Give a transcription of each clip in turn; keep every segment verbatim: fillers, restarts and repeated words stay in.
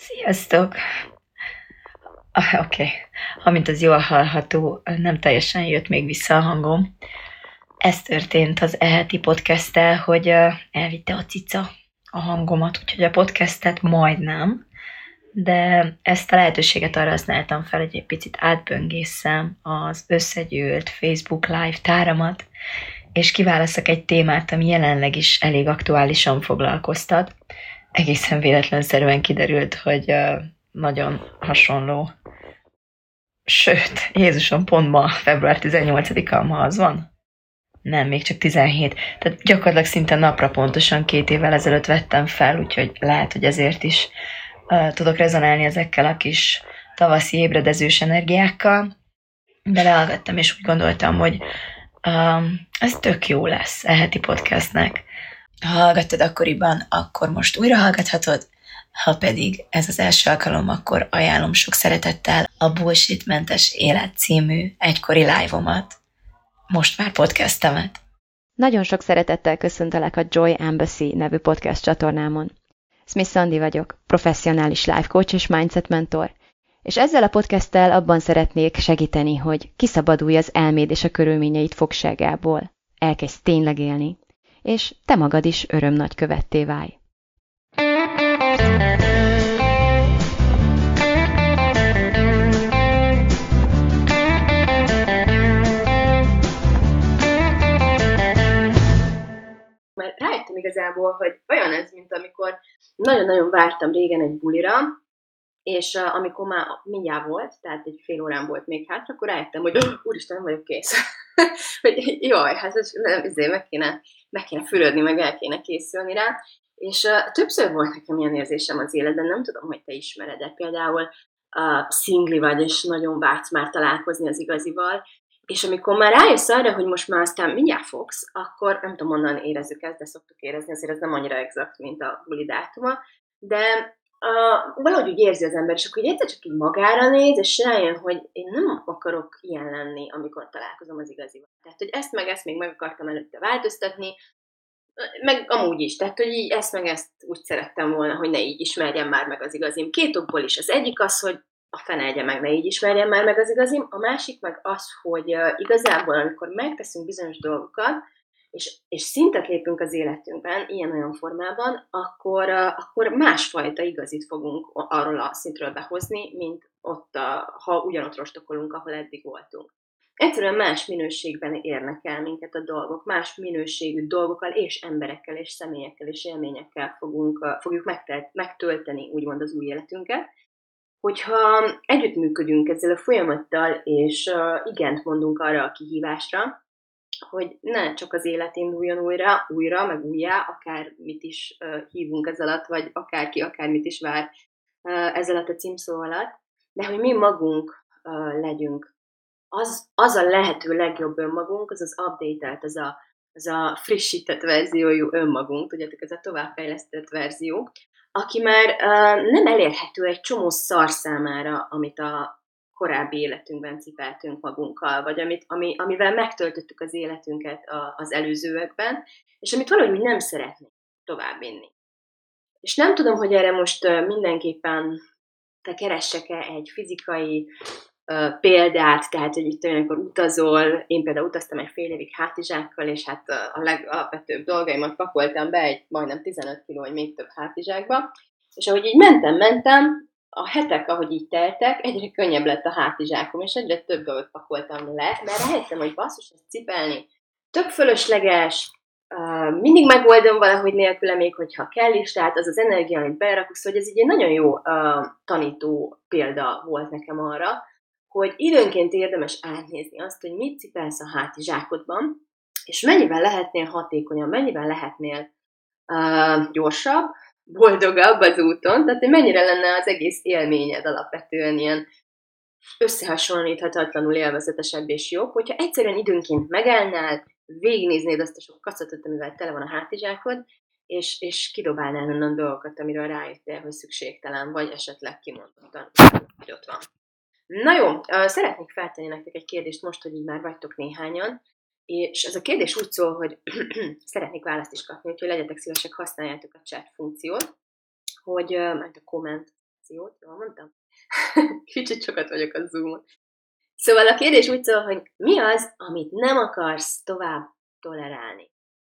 Sziasztok! Ah, Oké, okay. Amint az jól hallható, nem teljesen jött még vissza a hangom. Ez történt az e-heti podcasttel, hogy elvitte a cica a hangomat, úgyhogy a podcastet majdnem, de ezt a lehetőséget arra használtam fel, hogy egy picit átböngészem az összegyűlt Facebook Live táramat, és kiválaszok egy témát, ami jelenleg is elég aktuálisan foglalkoztat. Egészen véletlenszerűen kiderült, hogy nagyon hasonló. Sőt, Jézusom, pont ma, február tizennyolcadika, ma az van? Nem, még csak tizenhét. Tehát gyakorlatilag szinte napra pontosan két évvel ezelőtt vettem fel, úgyhogy lehet, hogy ezért is uh, tudok rezonálni ezekkel a kis tavaszi ébredezős energiákkal. De lehallgattam, és úgy gondoltam, hogy um, ez tök jó lesz e-heti podcastnek. Ha hallgattad akkoriban, akkor most újra hallgathatod. Ha pedig ez az első alkalom, akkor ajánlom sok szeretettel a Bullshit-mentes élet című egykori live-omat, most már podcastemet. Nagyon sok szeretettel köszöntelek a Joy Embassy nevű podcast csatornámon. Smith Szandi vagyok, professzionális life coach és mindset mentor, és ezzel a podcasttel abban szeretnék segíteni, hogy kiszabadulj az elméd és a körülményeid fogságából, elkezdj tényleg élni, és te magad is örömnagykövetté válj. Mert rájöttem igazából, hogy olyan ez, mint amikor nagyon-nagyon vártam régen egy bulira, és uh, amikor már mindjárt volt, tehát egy fél órán volt még hátra, akkor rájöttem, hogy oh, úristen, nem vagyok kész. hogy jaj, hát ez, ezért meg kéne, meg kéne fürödni, meg el kéne készülni rá. És uh, többször volt nekem ilyen érzésem az életben, nem tudom, hogy te ismered, de például uh, szingli vagy, és nagyon vágysz már találkozni az igazival, és amikor már rájössz arra, hogy most már aztán mindjárt fogsz, akkor nem tudom, onnan érezzük ezt, de szoktuk érezni, azért ez nem annyira exakt, mint a buli dátuma, de uh, valahogy úgy érzi az ember, és akkor így egyszer csak így magára néz, és rájön, hogy én nem akarok ilyen lenni, amikor találkozom az igazival. Tehát, hogy ezt meg ezt még meg akartam előtte változtatni, meg amúgy is, tehát, hogy így ezt meg ezt úgy szerettem volna, hogy ne így ismerjem már meg az igazim. Két okból is. Az egyik az, hogy a fene egye meg, ne így ismerjem már meg az igazim. A másik meg az, hogy uh, igazából, amikor megteszünk bizonyos dolgokat, és, és szintet lépünk az életünkben, ilyen-olyan formában, akkor, uh, akkor másfajta igazit fogunk arról a szintről behozni, mint ott, uh, ha ugyanott rostokolunk, ahol eddig voltunk. Egyszerűen más minőségben érnek el minket a dolgok, más minőségű dolgokkal és emberekkel és személyekkel és élményekkel fogunk, uh, fogjuk megtölt, megtölteni úgymond az új életünket. Hogyha együttműködünk ezzel a folyamattal, és uh, igent mondunk arra a kihívásra, hogy ne csak az élet induljon újra, újra, meg újjá, akár mit is uh, hívunk ez alatt, vagy akárki, akármit is vár uh, ez alatt a címszó alatt, de hogy mi magunk uh, legyünk. Az, az a lehető legjobb önmagunk, az az update-elt, az a, az a frissített verziójú önmagunk, tudjátok, ez a továbbfejlesztett verzió, aki már uh, nem elérhető egy csomó szar számára, amit a korábbi életünkben cipeltünk magunkkal, vagy amit, ami, amivel megtöltöttük az életünket a, az előzőekben, és amit valahogy nem szeretnénk továbbvinni. És nem tudom, hogy erre most uh, mindenképpen te keressek-e egy fizikai uh, példát, tehát, hogy itt olyankor utazol, én például utaztam egy fél évig hátizsákkal, és hát uh, a legalapvetőbb dolgaimat pakoltam be egy majdnem tizenöt kiló, vagy még több hátizsákba, és ahogy így mentem, mentem, a hetek, ahogy így teltek, egyre könnyebb lett a hátizsákom, és egyre több dolgot pakoltam le, mert rájöttem, hogy basszus, ezt cipelni tök fölösleges, uh, mindig megoldom valahogy nélküle, még hogyha kell is, tehát az az energia, amit beleraksz, hogy ez így egy nagyon jó uh, tanító példa volt nekem arra, hogy időnként érdemes átnézni azt, hogy mit cipelsz a hátizsákodban, és mennyivel lehetnél hatékonyabb, mennyivel lehetnél uh, gyorsabb, boldogabb az úton, tehát hogy mennyire lenne az egész élményed alapvetően ilyen összehasonlíthatatlanul élvezetesebb és jobb, hogyha egyszerűen időnként megállnál, végignéznéd azt a sok kaszatot, amivel tele van a hátizsákod, és, és kidobálnál onnan dolgokat, amiről rájöttél, hogy szükségtelen, vagy esetleg kimondottan, hogy ott van. Na jó, szeretnék feltenni nektek egy kérdést most, hogy így már vagytok néhányan, és ez a kérdés úgy szól, hogy szeretnék választ is kapni, úgyhogy legyetek szívesek, használjátok a chat funkciót, hogy, majd a komment frusztrációt, jól mondtam? Kicsit sokat vagyok a Zoom-on. Szóval a kérdés úgy szól, hogy mi az, amit nem akarsz tovább tolerálni?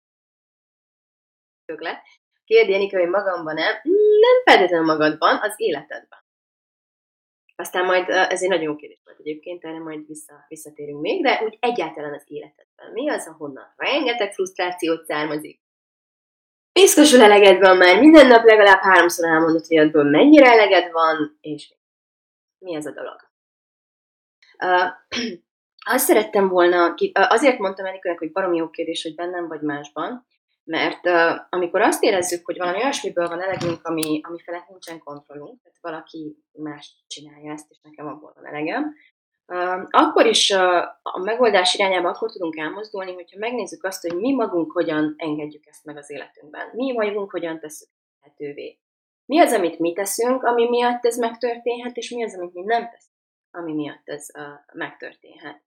Kérdi Enika, hogy magamban-e? Nem feltétlenül magadban, az életedben. Aztán majd, ez egy nagyon jó kérdés volt egyébként, erre majd vissza, visszatérünk még, de úgy egyáltalán az életedben. Mi az, ahonnan rengeteg frusztrációt származik? Piszkosul eleged van már, minden nap legalább háromszor elmondott, hogy ebből mennyire eleged van, és mi ez a dolog? Uh, azt szerettem volna, azért mondtam Enikának, hogy baromi jó kérdés, hogy bennem vagy másban, mert uh, amikor azt érezzük, hogy valami olyasmiből van elegünk, ami, ami felett nincsen kontrollunk, tehát valaki más csinálja ezt, és nekem abból van elegem, uh, akkor is uh, a megoldás irányába akkor tudunk elmozdulni, hogyha megnézzük azt, hogy mi magunk hogyan engedjük ezt meg az életünkben. Mi magunk hogyan tesszük lehetővé. Mi az, amit mi teszünk, ami miatt ez megtörténhet, és mi az, amit mi nem teszünk, ami miatt ez uh, megtörténhet.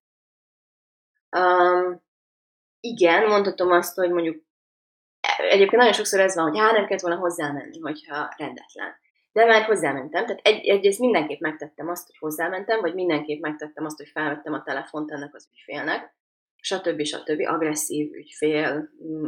Um, igen, mondhatom azt, hogy mondjuk egyébként nagyon sokszor ez van, hogy hát nem kellett volna hozzámenni, hogyha rendetlen. De már hozzámentem, tehát egy, egyrészt mindenképp megtettem azt, hogy hozzámentem, vagy mindenképp megtettem azt, hogy felvettem a telefont ennek az ügyfélnek, stb. stb. Agresszív ügyfél.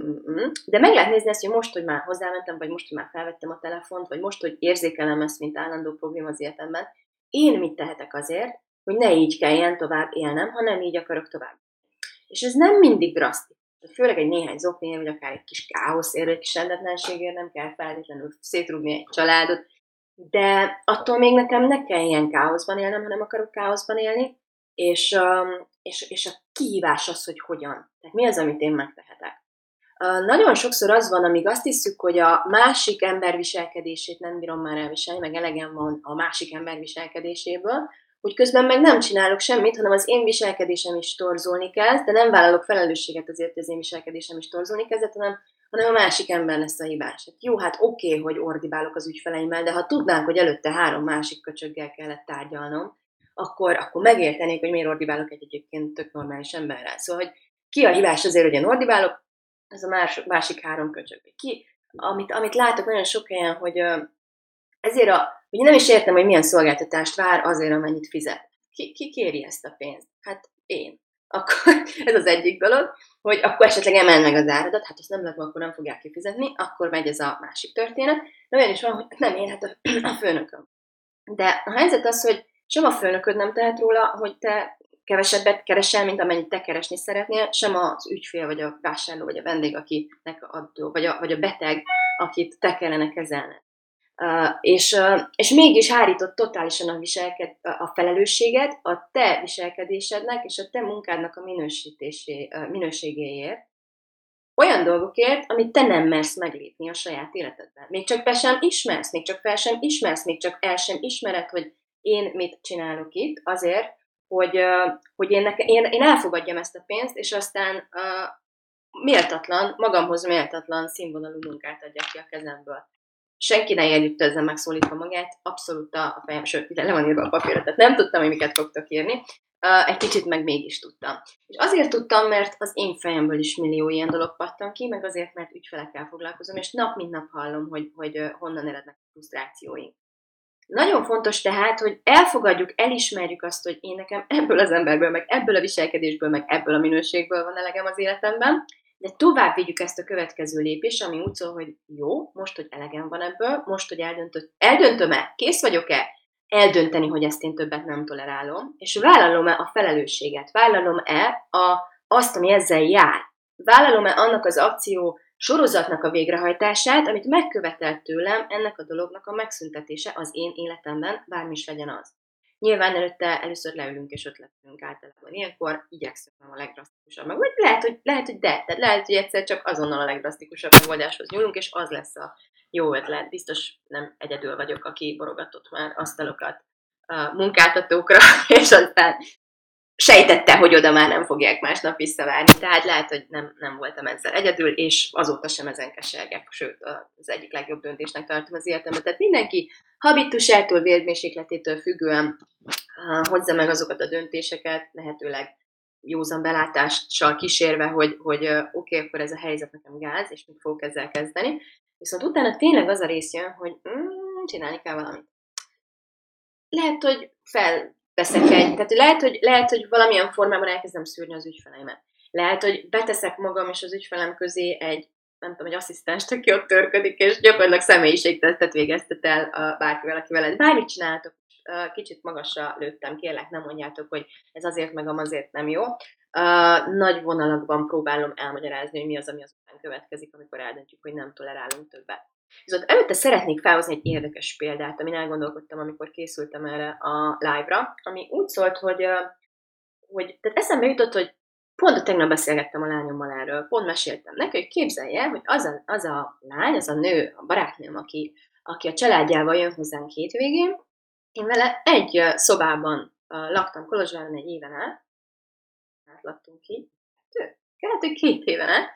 De meg lehet nézni ezt, hogy most, hogy már hozzámentem, vagy most, hogy már felvettem a telefont, vagy most, hogy érzékelem ezt, mint állandó probléma az életemben, én mit tehetek azért, hogy ne így kelljen tovább élnem, hanem így akarok tovább. És ez nem mindig drasztikus. Főleg egy néhány zoknél, vagy akár egy kis káoszért, egy kis rendetlenségért nem kell feltétlenül szétrúgni egy családot, de attól még nekem ne kell ilyen káoszban élnem, hanem akarok káoszban élni, és, um, és, és a kihívás az, hogy hogyan. Tehát mi az, amit én megtehetek. Uh, nagyon sokszor az van, amíg azt hiszük, hogy a másik ember viselkedését nem bírom már elviselni, meg elegem van a másik ember viselkedéséből, hogy közben meg nem csinálok semmit, hanem az én viselkedésem is torzulni kezd, de nem vállalok felelősséget azért, hogy az én viselkedésem is torzulni kezdett, hanem, hanem a másik ember lesz a hibás. Hát jó, hát oké, okay, hogy ordibálok az ügyfeleimmel, de ha tudnánk, hogy előtte három másik köcsöggel kellett tárgyalnom, akkor, akkor megértenék, hogy miért ordibálok egy egyébként tök normális emberrel. Szóval, hogy ki a hibás azért, hogy én ordibálok, ez a más, másik három köcsög. Ki, amit, amit látok nagyon sok helyen, hogy ezért a ugye nem is értem, hogy milyen szolgáltatást vár azért, amennyit fizet. Ki, ki kéri ezt a pénzt? Hát én. Akkor ez az egyik dolog, hogy akkor esetleg emeld meg az áradat, hát azt nem lehet, akkor nem fogják kifizetni, akkor megy ez a másik történet. De olyan is van, hogy nem én, hát a, a főnököm. De a helyzet az, hogy sem a főnököd nem tehet róla, hogy te kevesebbet keresel, mint amennyit te keresni szeretnél, sem az ügyfél, vagy a vásárló, vagy a vendég, akinek adó, vagy a, vagy a beteg, akit te kellene kezelned. Uh, és, uh, és mégis hárított totálisan a, viselked, a felelősséget a te viselkedésednek és a te munkádnak a minősítésé, uh, minőségéért, olyan dolgokért, amit te nem mersz meglépni a saját életedben. Még csak be sem ismersz, még csak fel sem ismersz, még csak el sem ismered, hogy én mit csinálok itt, azért, hogy, uh, hogy én, neke, én, én elfogadjam ezt a pénzt, és aztán uh, méltatlan, magamhoz méltatlan színvonalú munkát adjak ki a kezemből. Senki ne érjüttözzen megszólítva magát, abszolút a fejem, sőt, ide le van írva a papírra, tehát nem tudtam, hogy miket fogtok írni, uh, egy kicsit meg mégis tudtam. És azért tudtam, mert az én fejemből is millió ilyen dolog pattan ki, meg azért, mert ügyfelekkel foglalkozom, és nap mint nap hallom, hogy, hogy uh, honnan erednek a frusztrációink. Nagyon fontos tehát, hogy elfogadjuk, elismerjük azt, hogy én nekem ebből az emberből, meg ebből a viselkedésből, meg ebből a minőségből van elegem az életemben, de tovább vigyük ezt a következő lépést, ami úgy szól, hogy jó, most, hogy elegem van ebből, most, hogy eldöntött, eldöntöm-e, kész vagyok-e eldönteni, hogy ezt én többet nem tolerálom, és vállalom-e a felelősséget, vállalom-e a, azt, ami ezzel jár, vállalom-e annak az akció sorozatnak a végrehajtását, amit megkövetelt tőlem ennek a dolognak a megszüntetése az én életemben, bármi is legyen az. Nyilván előtte először leülünk és ötletünk általában. Ilyenkor igyekszünk nem a legdrasztikusabb meg. Vagy lehet, hogy, lehet, hogy de, tehát lehet, hogy egyszer csak azonnal a legdrasztikusabb megoldáshoz nyúlunk, és az lesz a jó ötlet. Biztos nem egyedül vagyok, aki borogatott már asztalokat a munkáltatókra, és aztán sejtette, hogy oda már nem fogják másnap visszavárni. Tehát lehet, hogy nem, nem voltam ezzel egyedül, és azóta sem ezen kesergek, sőt, az egyik legjobb döntésnek tartom az életemben. Tehát mindenki habitusától, vérmérsékletétől függően uh, hozza meg azokat a döntéseket, lehetőleg józan belátással kísérve, hogy, hogy uh, oké, okay, akkor ez a helyzet nekem gáz, és mit fogok ezzel kezdeni. Viszont utána tényleg az a rész jön, hogy mm, csinálni kell valamit. lehet, hogy felveszek egy, tehát lehet hogy, lehet, hogy valamilyen formában elkezdem szűrni az ügyfeleimet. Lehet, hogy beteszek magam és az ügyfelem közé egy, nem tudom, egy asszisztenst, aki ott törködik, és gyakorlatilag személyiségtesztet végeztet el a bárkivel, akivel egy bármit csináltok. Kicsit magasra lőttem, kérlek, nem mondjátok, hogy ez azért meg azért nem jó. Nagy vonalakban próbálom elmagyarázni, hogy mi az, ami azután következik, amikor eldöntjük, hogy nem tolerálunk többet. Viszont előtte szeretnék felhozni egy érdekes példát, amin elgondolkodtam, amikor készültem erre a live-ra, ami úgy szólt, hogy, hogy tehát eszembe jutott, hogy pont a tegnap beszélgettem a lányommal erről, pont meséltem neki, hogy képzelje, hogy az a, az a lány, az a nő, a barátnőm, aki, aki a családjával jön hozzánk hétvégén, én vele egy szobában laktam Kolozsváron egy éven át, átlaktunk így, kettő, hogy két éven át,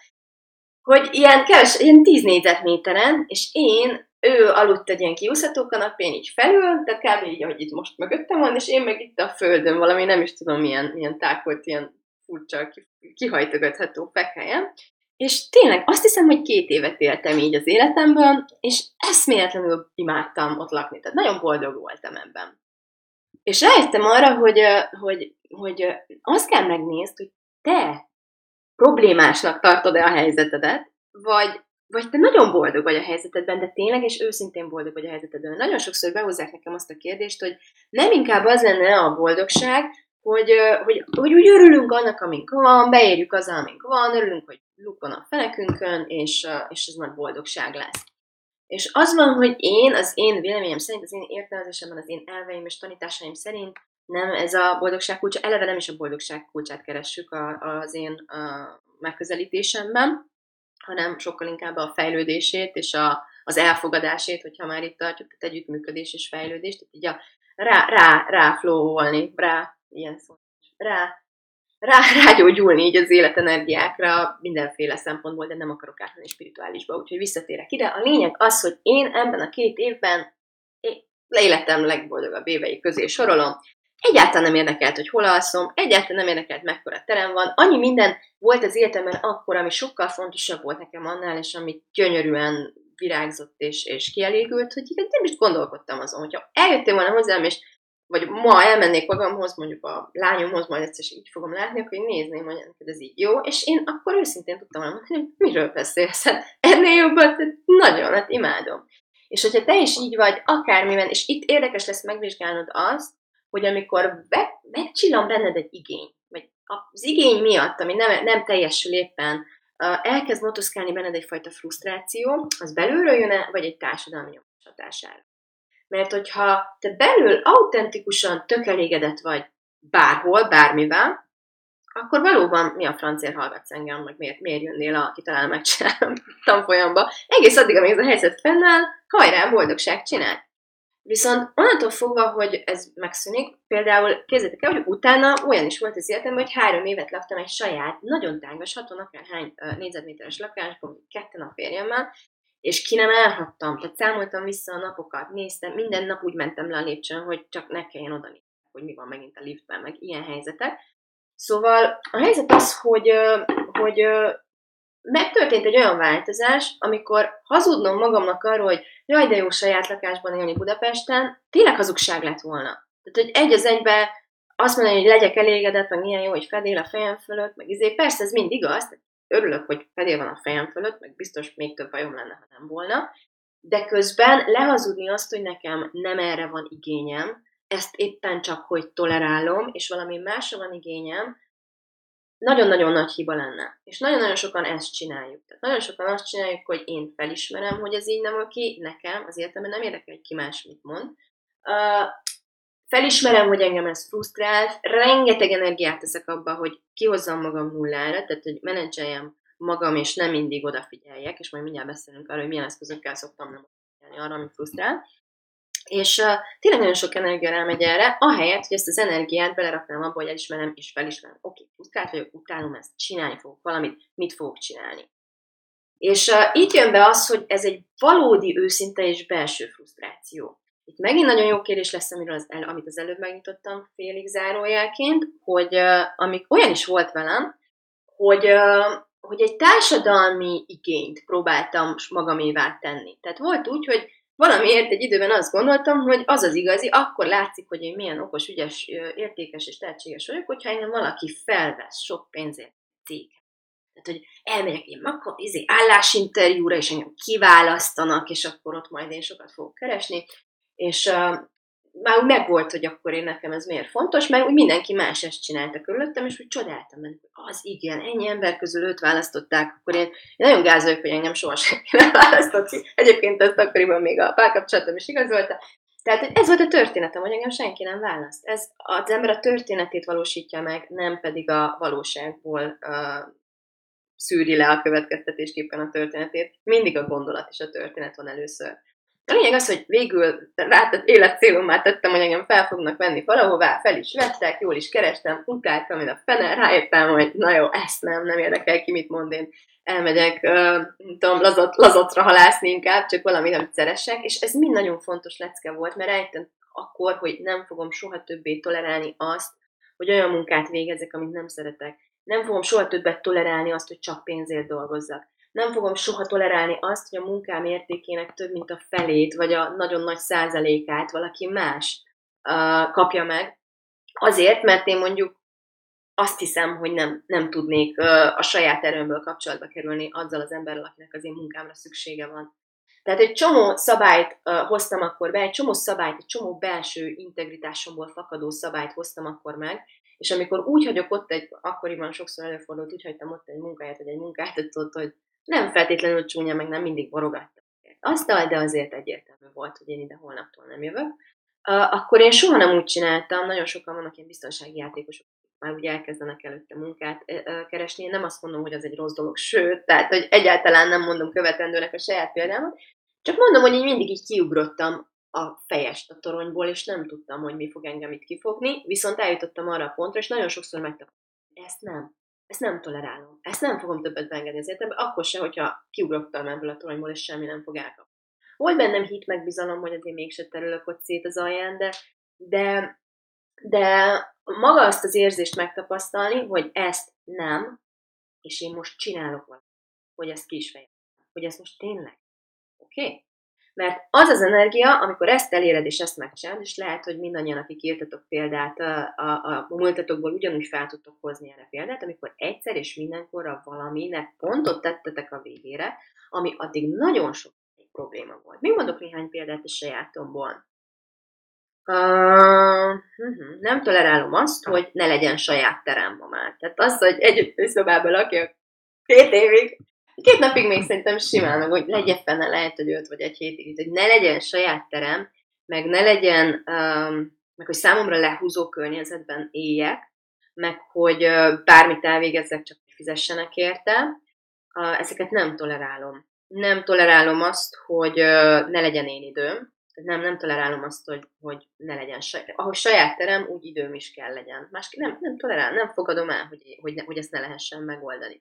hogy ilyen, keves, ilyen tíz négyzetméteren, és én, ő aludt egy ilyen kiúszható kanapén így felül, de kb. Így, ahogy itt most mögöttem van, és én meg itt a földön valami, nem is tudom milyen, milyen tákolt, ilyen furcsa, kihajtogatható fekhelyen. És tényleg azt hiszem, hogy két évet éltem így az életemből, és eszméletlenül imádtam ott lakni. Tehát nagyon boldog voltam ebben. És rájöttem arra, hogy, hogy, hogy azt kell megnézni, hogy te problémásnak tartod-e a helyzetedet, vagy, vagy te nagyon boldog vagy a helyzetedben, de tényleg és őszintén boldog vagy a helyzetedben. Nagyon sokszor behozzák nekem azt a kérdést, hogy nem inkább az lenne a boldogság, hogy, hogy, hogy úgy örülünk annak, amink van, beérjük az, amink van, örülünk, hogy luk van a fenekünkön, és, és ez nagy boldogság lesz. És az van, hogy én, az én véleményem szerint, az én értelmezésemben, az én elveim és tanításaim szerint nem ez a boldogság kulcsa, eleve nem is a boldogság kulcsát keressük az én a megközelítésemben, hanem sokkal inkább a fejlődését és a, az elfogadásét, hogyha már itt tartjuk, tehát együttműködés és fejlődés, tehát így a rá, rá, rá flowolni, rá, ilyen szó, rá, rá, rágyógyulni így az életenergiákra mindenféle szempontból, de nem akarok átmenni spirituálisba, úgyhogy visszatérek ide. A lényeg az, hogy én ebben a két évben életem legboldogabb évei közé sorolom. Egyáltalán nem érdekelt, hogy hol alszom, egyáltalán nem érdekelt, mekkora terem van. Annyi minden volt az életemben akkor, ami sokkal fontosabb volt nekem annál, és ami gyönyörűen virágzott és, és kielégült, hogy nem is gondolkodtam azon, hogyha eljöttél volna hozzám, és vagy ma elmennék magamhoz, mondjuk a lányomhoz, majd egyszer így fogom látni, akkor én nézném, hogy ez így jó, és én akkor őszintén tudtam volna mondani, hogy miről beszélsz, hát ennél jobban, nagyon, hát imádom. És hogyha te is így vagy, akármiben, és itt érdekes lesz megvizsgálnod azt, hogy amikor be, megcsillan benned egy igény, vagy az igény miatt, ami nem, nem teljesül éppen, elkezd motoszkálni benned egyfajta frusztráció, az belülről jön-e, vagy egy társadalmi nyomás hatására. Mert hogyha te belül autentikusan tök elégedett vagy bárhol, bármivel, akkor valóban mi a francért hallgatsz engem, meg miért, miért jönnél a kitalál megcsinálom tanfolyamba. Egész addig, amíg ez a helyzet fennáll, hajrá, boldogság, csinálj! Viszont onnantól fogva, hogy ez megszűnik, például képzeljétek el, hogy utána olyan is volt az életemben, hogy három évet laktam egy saját, nagyon tágas, haton akárhány négyzetméteres lakásban, ketten a férjemmel, és ki nem állhattam. Tehát számoltam vissza a napokat, néztem, minden nap úgy mentem le a lépcsőn, hogy csak ne kelljen oda nézni, hogy mi van megint a liftben, meg ilyen helyzetek. Szóval a helyzet az, hogy, hogy megtörtént egy olyan változás, amikor hazudnom magamnak arról, hogy jaj, de jó saját lakásban élni Budapesten, tényleg hazugság lett volna. Tehát, hogy egy az egybe azt mondani, hogy legyek elégedett, meg milyen jó, hogy fedél a fejem fölött, meg izé, persze ez mind igaz, örülök, hogy fedél van a fejem fölött, meg biztos még több bajom lenne, ha nem volna, de közben lehazudni azt, hogy nekem nem erre van igényem, ezt éppen csak, hogy tolerálom, és valami másra van igényem, nagyon-nagyon nagy hiba lenne. És nagyon-nagyon sokan ezt csináljuk. Tehát nagyon sokan azt csináljuk, hogy én felismerem, hogy ez így nem oké, nekem az életemben nem érdekel, hogy ki más mit mond. Uh, felismerem, hogy engem ez frusztrál, rengeteg energiát teszek abba, hogy kihozzam magam nullára, tehát hogy menedzseljem magam, és nem mindig odafigyeljek, és majd mindjárt beszélünk arról, hogy milyen eszközökkel szoktam nem odafigyelni arra, ami frusztrál. És uh, tényleg nagyon sok energia rámegy erre, ahelyett, hogy ezt az energiát beleraknám abba, hogy elismerem és felismerem. Oké, okay, frusztrált vagyok, utálom ezt, csinálni fogok valamit, mit fogok csinálni. És uh, itt jön be az, hogy ez egy valódi, őszinte és belső frusztráció. Itt megint nagyon jó kérdés lesz, amiről az el, amit az előbb megnyitottam félig zárójelként, hogy uh, amik olyan is volt velem, hogy, uh, hogy egy társadalmi igényt próbáltam magamévá tenni. Tehát volt úgy, hogy valamiért egy időben azt gondoltam, hogy az az igazi, akkor látszik, hogy én milyen okos, ügyes, értékes és tehetséges vagyok, hogyha engem valaki felvesz sok pénzért cég. Tehát, hogy elmegyek én maga, izé, állásinterjúra, és engem kiválasztanak, és akkor ott majd én sokat fogok keresni, és uh, már úgy megvolt, hogy akkor én nekem ez miért fontos, mert úgy mindenki más ezt csinálta körülöttem, és úgy csodáltam, hogy az igen, ennyi ember közül őt választották, akkor én, én nagyon gáz vagyok, hogy engem soha senki nem választott. Egyébként ezt akkoriban még a párkapcsolatom is igazolta. Tehát hogy ez volt a történetem, hogy engem senki nem választ. Ez, az ember a történetét valósítja meg, nem pedig a valóságból uh, szűri le a következtetésképpen a történetét. Mindig a gondolat és a történet van először. A lényeg az, hogy végül rátett életcélommá tettem, hogy engem fel fognak venni valahová, fel is vettek, jól is kerestem, utáltam, én a fene, rájöttem, hogy na jó, ezt nem, nem érdekel ki, mit mond én. Elmegyek, uh, nem tudom, lazat, lazatra halászni inkább, csak valamit, amit szeressek, és ez mind nagyon fontos lecke volt, mert rájöttem akkor, hogy nem fogom soha többé tolerálni azt, hogy olyan munkát végezzek, amit nem szeretek. Nem fogom soha többet tolerálni azt, hogy csak pénzért dolgozzak. Nem fogom soha tolerálni azt, hogy a munkám értékének több mint a felét, vagy a nagyon nagy százalékát valaki más uh, kapja meg. Azért, mert én mondjuk azt hiszem, hogy nem, nem tudnék uh, a saját erőmből kapcsolatba kerülni azzal az emberrel, akinek az én munkámra szüksége van. Tehát egy csomó szabályt uh, hoztam akkor be, egy csomó szabályt, egy csomó belső integritásomból fakadó szabályt hoztam akkor meg, és amikor úgy hagyok ott egy, akkoriban sokszor előfordult, úgy hagytam ott egy munkáját, vagy egy munkáltatót, hogy nem feltétlenül csúnya, meg nem mindig borogattam. Aztán, de azért egyértelmű volt, hogy én ide holnaptól nem jövök. Uh, akkor én soha nem úgy csináltam, nagyon sokan vannak ilyen biztonsági játékosok, már ugye elkezdenek előtte munkát uh, keresni. Én nem azt mondom, hogy az egy rossz dolog, sőt, tehát, hogy egyáltalán nem mondom követendőnek a saját példámat, csak mondom, hogy én mindig így kiugrottam a fejest a toronyból, és nem tudtam, hogy mi fog engem itt kifogni, viszont eljutottam arra a pontra, és nagyon sokszor megtapasztaltam, ezt nem. Ezt nem tolerálom. Ezt nem fogom többet beengedni az életembe, akkor se, hogyha kiugrottam ebből a toronyból, és semmi nem fog elkapni. Volt bennem hit meg bizalom, hogy azért mégse terülök ott szét az alján, de, de, de maga azt az érzést megtapasztalni, hogy ezt nem, és én most csinálok valamit, hogy ezt ki is fejezem. Hogy ezt most tényleg. Oké? Okay? Mert az az energia, amikor ezt eléred és ezt megcsinálod, és lehet, hogy mindannyian, akik írtatok példát, a, a, a múltatokból ugyanúgy fel tudtok hozni erre példát, amikor egyszer és mindenkorra valaminek pontot tettetek a végére, ami addig nagyon sok probléma volt. Még mondok néhány példát a sajátomból. Uh, uh-huh. Nem tolerálom azt, hogy ne legyen saját terem ma már. Tehát az, hogy egy szobában lakjak két évig, két napig még szerintem simán, meg hogy legyen fenne, lehet, hogy öt vagy egy hétig, hogy ne legyen saját terem, meg ne legyen, um, meg hogy számomra lehúzó környezetben éljek, meg hogy uh, bármit elvégezzek, csak fizessenek érte, uh, ezeket nem tolerálom. Nem tolerálom azt, hogy uh, ne legyen én időm, nem, nem tolerálom azt, hogy, hogy ne legyen saját, ahogy saját terem, úgy időm is kell legyen. Másképp nem, nem tolerálom, nem fogadom el, hogy, hogy, ne, hogy ezt ne lehessen megoldani.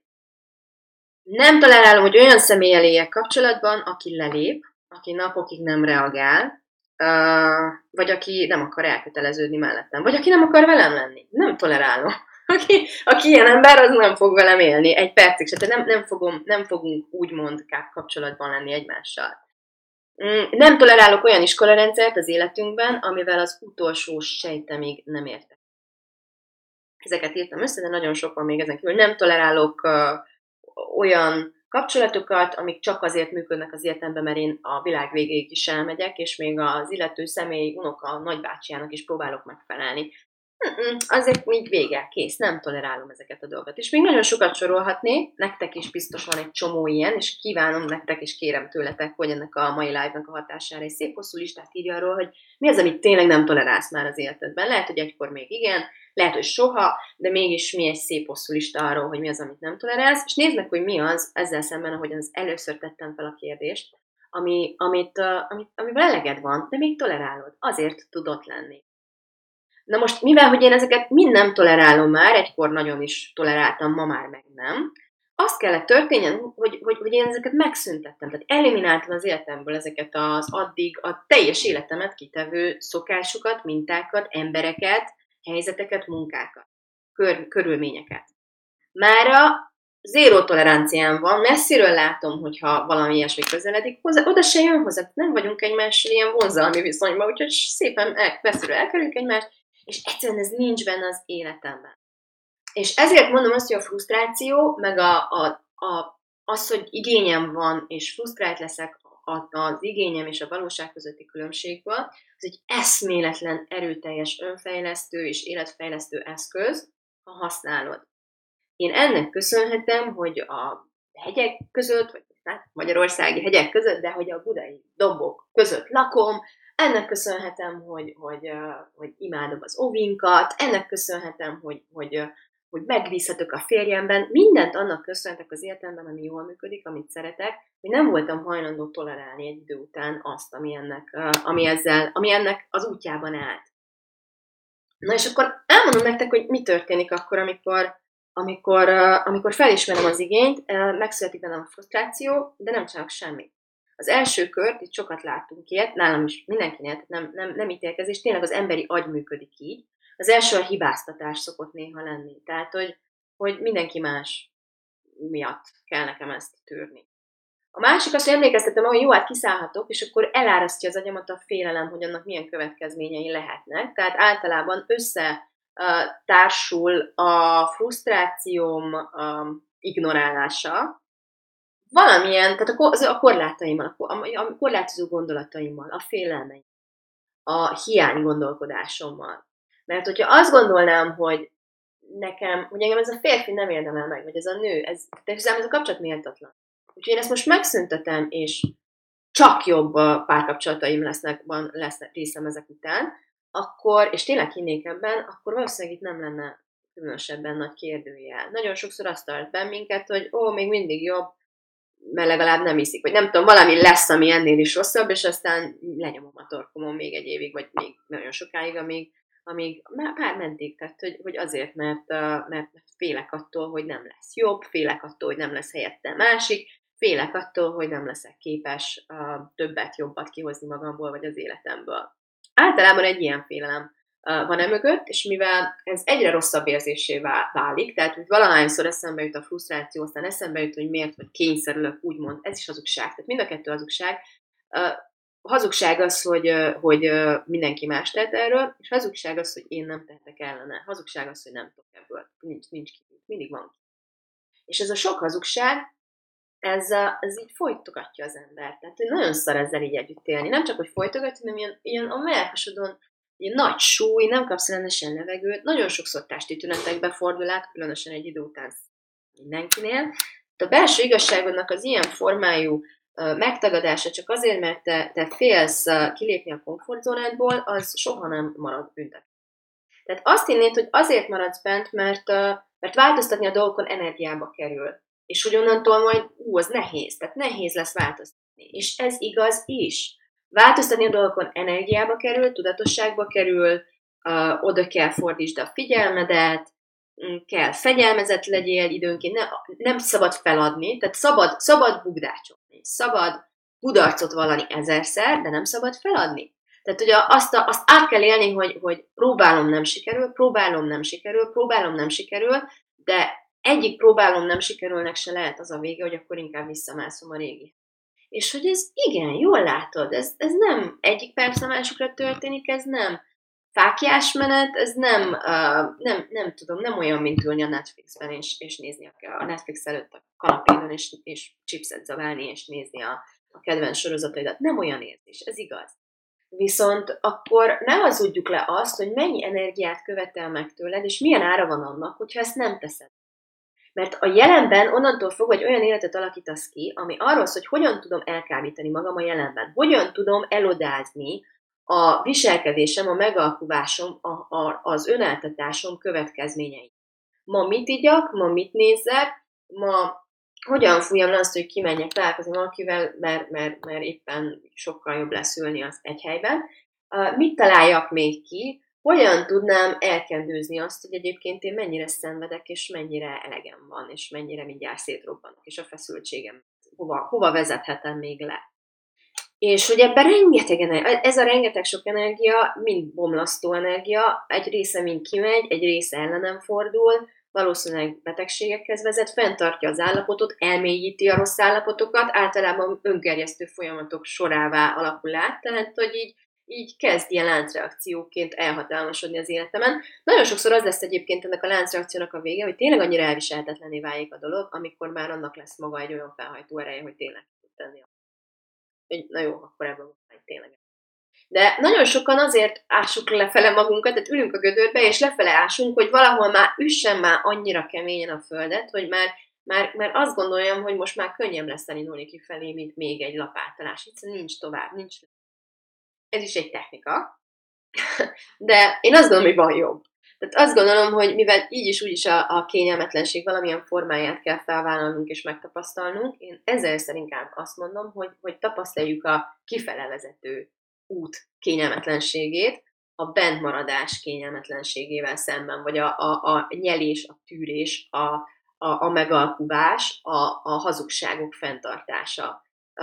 Nem tolerálom, hogy olyan személlyel éljek kapcsolatban, aki lelép, aki napokig nem reagál, uh, vagy aki nem akar elköteleződni mellettem, vagy aki nem akar velem lenni. Nem tolerálom. Aki, aki ilyen ember, az nem fog velem élni egy percig se. Tehát nem, nem, fogom, nem fogunk úgymond kapcsolatban lenni egymással. Nem tolerálok olyan iskolarendszert az életünkben, amivel az utolsó sejtemig nem értek. Ezeket írtam össze, de nagyon sok van még ezen kívül. Nem tolerálok uh, olyan kapcsolatokat, amik csak azért működnek az életemben, mert én a világ végéig is elmegyek, és még az illető személy unoka nagybácsiának is próbálok megfelelni. Azért még vége, kész, nem tolerálom ezeket a dolgokat. És még nagyon sokat sorolhatnék, nektek is biztos van egy csomó ilyen, és kívánom nektek, és kérem tőletek, hogy ennek a mai live-nak a hatására egy szép hosszú listát írja arról, hogy mi az, amit tényleg nem tolerálsz már az életedben. Lehet, hogy egykor még igen, lehet, hogy soha, de mégis mi egy szép hosszú lista arról, hogy mi az, amit nem tolerálsz, és nézd meg, hogy mi az, ezzel szemben, ahogyan az először tettem fel a kérdést, ami, amit, uh, amit, amivel eleged van, de még tolerálod. Azért tudod lenni. Na most, mivel, hogy én ezeket mind nem tolerálom már, egykor nagyon is toleráltam, ma már meg nem, azt kellett történjen, hogy, hogy, hogy én ezeket megszüntettem. Tehát elimináltam az életemből ezeket az addig a teljes életemet kitevő szokásokat, mintákat, embereket, helyzeteket, munkákat, kör, körülményeket. Mára zéró toleranciám van, messziről látom, hogyha valami ilyesmi közeledik, hozzá, oda se jön hozzá, nem vagyunk egymással ilyen vonzalmi viszonyban, úgyhogy szépen el, messziről elkerüljük egymást, és egyszerűen ez nincs benne az életemben. És ezért mondom azt, hogy a frusztráció, meg a, a, a, az, hogy igényem van, és frusztrált leszek az igényem és a valóság közötti különbségből, az egy eszméletlen, erőteljes önfejlesztő és életfejlesztő eszköz, ha használod. Én ennek köszönhetem, hogy a hegyek között, vagy hát magyarországi hegyek között, de hogy a budai dombok között lakom, ennek köszönhetem, hogy, hogy, hogy imádom az ovinkat, ennek köszönhetem, hogy, hogy, hogy megbízhatok a férjemben, mindent annak köszönhetek az életemben, ami jól működik, amit szeretek, hogy nem voltam hajlandó tolerálni egy idő után azt, ami ennek, ami ezzel, ami ennek az útjában állt. Na és akkor elmondom nektek, hogy mi történik akkor, amikor Amikor, uh, amikor felismerem az igényt, uh, megszületik bennem a frusztráció, de nem csinálok semmit. Az első kört, itt sokat láttunk ilyet, nálam is mindenkinél, tehát nem, nem, nem ítélkezés, tényleg az emberi agy működik így. Az első a hibáztatás szokott néha lenni. Tehát, hogy, hogy mindenki más miatt kell nekem ezt tűrni. A másik az, hogy emlékeztetem, hogy jó, hát kiszállhatok, és akkor elárasztja az agyamat a félelem, hogy annak milyen következményei lehetnek. Tehát általában össze társul a frusztrációm ignorálása, valamilyen, tehát a korlátaimmal, a korlátozó gondolataimmal, a félelmeim, a hiány gondolkodásommal. Mert hogyha azt gondolnám, hogy nekem, hogy engem ez a férfi nem érdemel meg, vagy ez a nő, ez, ez a kapcsolat méltatlan. Úgyhogy én ezt most megszüntetem, és csak jobb párkapcsolataim lesznek, van, lesznek részem ezek után, akkor, és tényleg hinnék ebben, akkor valószínűleg itt nem lenne különösebben nagy kérdőjel. Nagyon sokszor azt tart bennünket, hogy ó, még mindig jobb, mert legalább nem iszik, vagy nem tudom, valami lesz, ami ennél is rosszabb, és aztán lenyomom a torkomon még egy évig, vagy még nagyon sokáig, amíg, amíg pár mentig, tehát hogy, hogy azért, mert, mert félek attól, hogy nem lesz jobb, félek attól, hogy nem lesz helyette másik, félek attól, hogy nem leszek képes többet, jobbat kihozni magamból, vagy az életemből. Általában egy ilyen félelem van e mögött, és mivel ez egyre rosszabb érzésé válik, tehát hogy valahányszor eszembe jut a frusztráció, aztán eszembe jut, hogy miért vagy kényszerülök, úgymond, ez is hazugság, tehát mind a kettő hazugság. A hazugság az, hogy, hogy mindenki más tehet erről, és hazugság az, hogy én nem tehetek ellene. Hazugság az, hogy nem tudok ebből, nincs, nincs ki, mindig van ki. És ez a sok hazugság, Ez, ez így folytogatja az embert. Tehát, hogy nagyon szar ezzel így együtt élni. Nem csak, hogy folytogatja, hanem ilyen, ilyen a melkasodon ilyen nagy súly, nem kapsz rendesen levegőt, nagyon sokszor testi tünetekbe fordul át, különösen egy idő után mindenkinél. De a belső igazságodnak az ilyen formájú uh, megtagadása csak azért, mert te, te félsz uh, kilépni a komfortzónádból, az soha nem marad büntet. Tehát azt hinnéd, hogy azért maradsz bent, mert, uh, mert változtatni a dolgokon energiába kerül. És hogy onnantól majd, ú, az nehéz, tehát nehéz lesz változtatni. És ez igaz is. Változtatni a dolgokon energiába kerül, tudatosságba kerül, uh, oda kell fordítsd a figyelmedet, kell fegyelmezett legyél időnként, ne, nem szabad feladni, tehát szabad, szabad bugdácsolni, szabad kudarcot vallani ezerszer, de nem szabad feladni. Tehát ugye azt, a, azt át kell élni, hogy, hogy próbálom, nem sikerül, próbálom, nem sikerül, próbálom, nem sikerül, de egyik próbálom, nem sikerülnek se lehet az a vége, hogy akkor inkább visszamászom a régi. És hogy ez igen, jól látod, ez, ez nem egyik perc a másikra történik, ez nem fáklyás menet, ez nem, uh, nem, nem tudom, nem olyan, mint ülni a Netflixben, és, és nézni a, a Netflix előtt a kanapéron, és, és chipset zabálni, és nézni a, a kedvenc sorozataidat. Nem olyan érzés, ez igaz. Viszont akkor ne hazudjuk le azt, hogy mennyi energiát követel meg tőled, és milyen ára van annak, hogyha ezt nem teszed. Mert a jelenben onnantól fogva egy olyan életet alakítasz ki, ami arról szól, hogy hogyan tudom elkábítani magam a jelenben, hogyan tudom elodázni a viselkedésem, a megalkuvásom, a, a, az önáltatásom következményeit. Ma mit igyak, ma mit nézzek, ma hogyan fújjam le azt, hogy kimenjek találkozni valakivel, mert, mert, mert éppen sokkal jobb lesz ülni az egy helyben. Mit találjak még ki, hogyan tudnám elkendőzni azt, hogy egyébként én mennyire szenvedek, és mennyire elegem van, és mennyire mindjárt szétrobbanok, és a feszültségem hova, hova vezethetem még le. És hogy ebben rengeteg energia, ez a rengeteg sok energia, mind bomlasztó energia, egy része mind kimegy, egy része ellenem fordul, valószínűleg betegségekhez vezet, fenntartja az állapotot, elmélyíti a rossz állapotokat, általában öngerjesztő folyamatok sorává alakul át, tehát hogy így, így kezd ilyen láncreakcióként elhatalmasodni az életemen. Nagyon sokszor az lesz egyébként ennek a láncreakciónak a vége, hogy tényleg annyira elviselhetetlené válik a dolog, amikor már annak lesz maga egy olyan felhajtó ereje, hogy tényleg tud tenni. Hogy na jó, akkor ebben van tényleg. De nagyon sokan azért ássuk lefele magunkat, tehát ülünk a gödörbe, és lefele ásunk, hogy valahol már üssen már annyira keményen a földet, hogy már, már, már azt gondoljam, hogy most már könnyebb lesz elindulni kifelé, mint még egy lapátolás. Egyszerűen nincs tovább, nincs. Ez is egy technika. De én azt gondolom, hogy van jobb. Tehát azt gondolom, hogy mivel így is úgy is a, a kényelmetlenség valamilyen formáját kell felvállalnunk és megtapasztalnunk, én ezzel inkább azt mondom, hogy, hogy tapasztaljuk a kifele vezető út kényelmetlenségét a bentmaradás kényelmetlenségével szemben, vagy a, a, a nyelés, a tűrés, a, a, a megalkuvás, a, a hazugságok fenntartása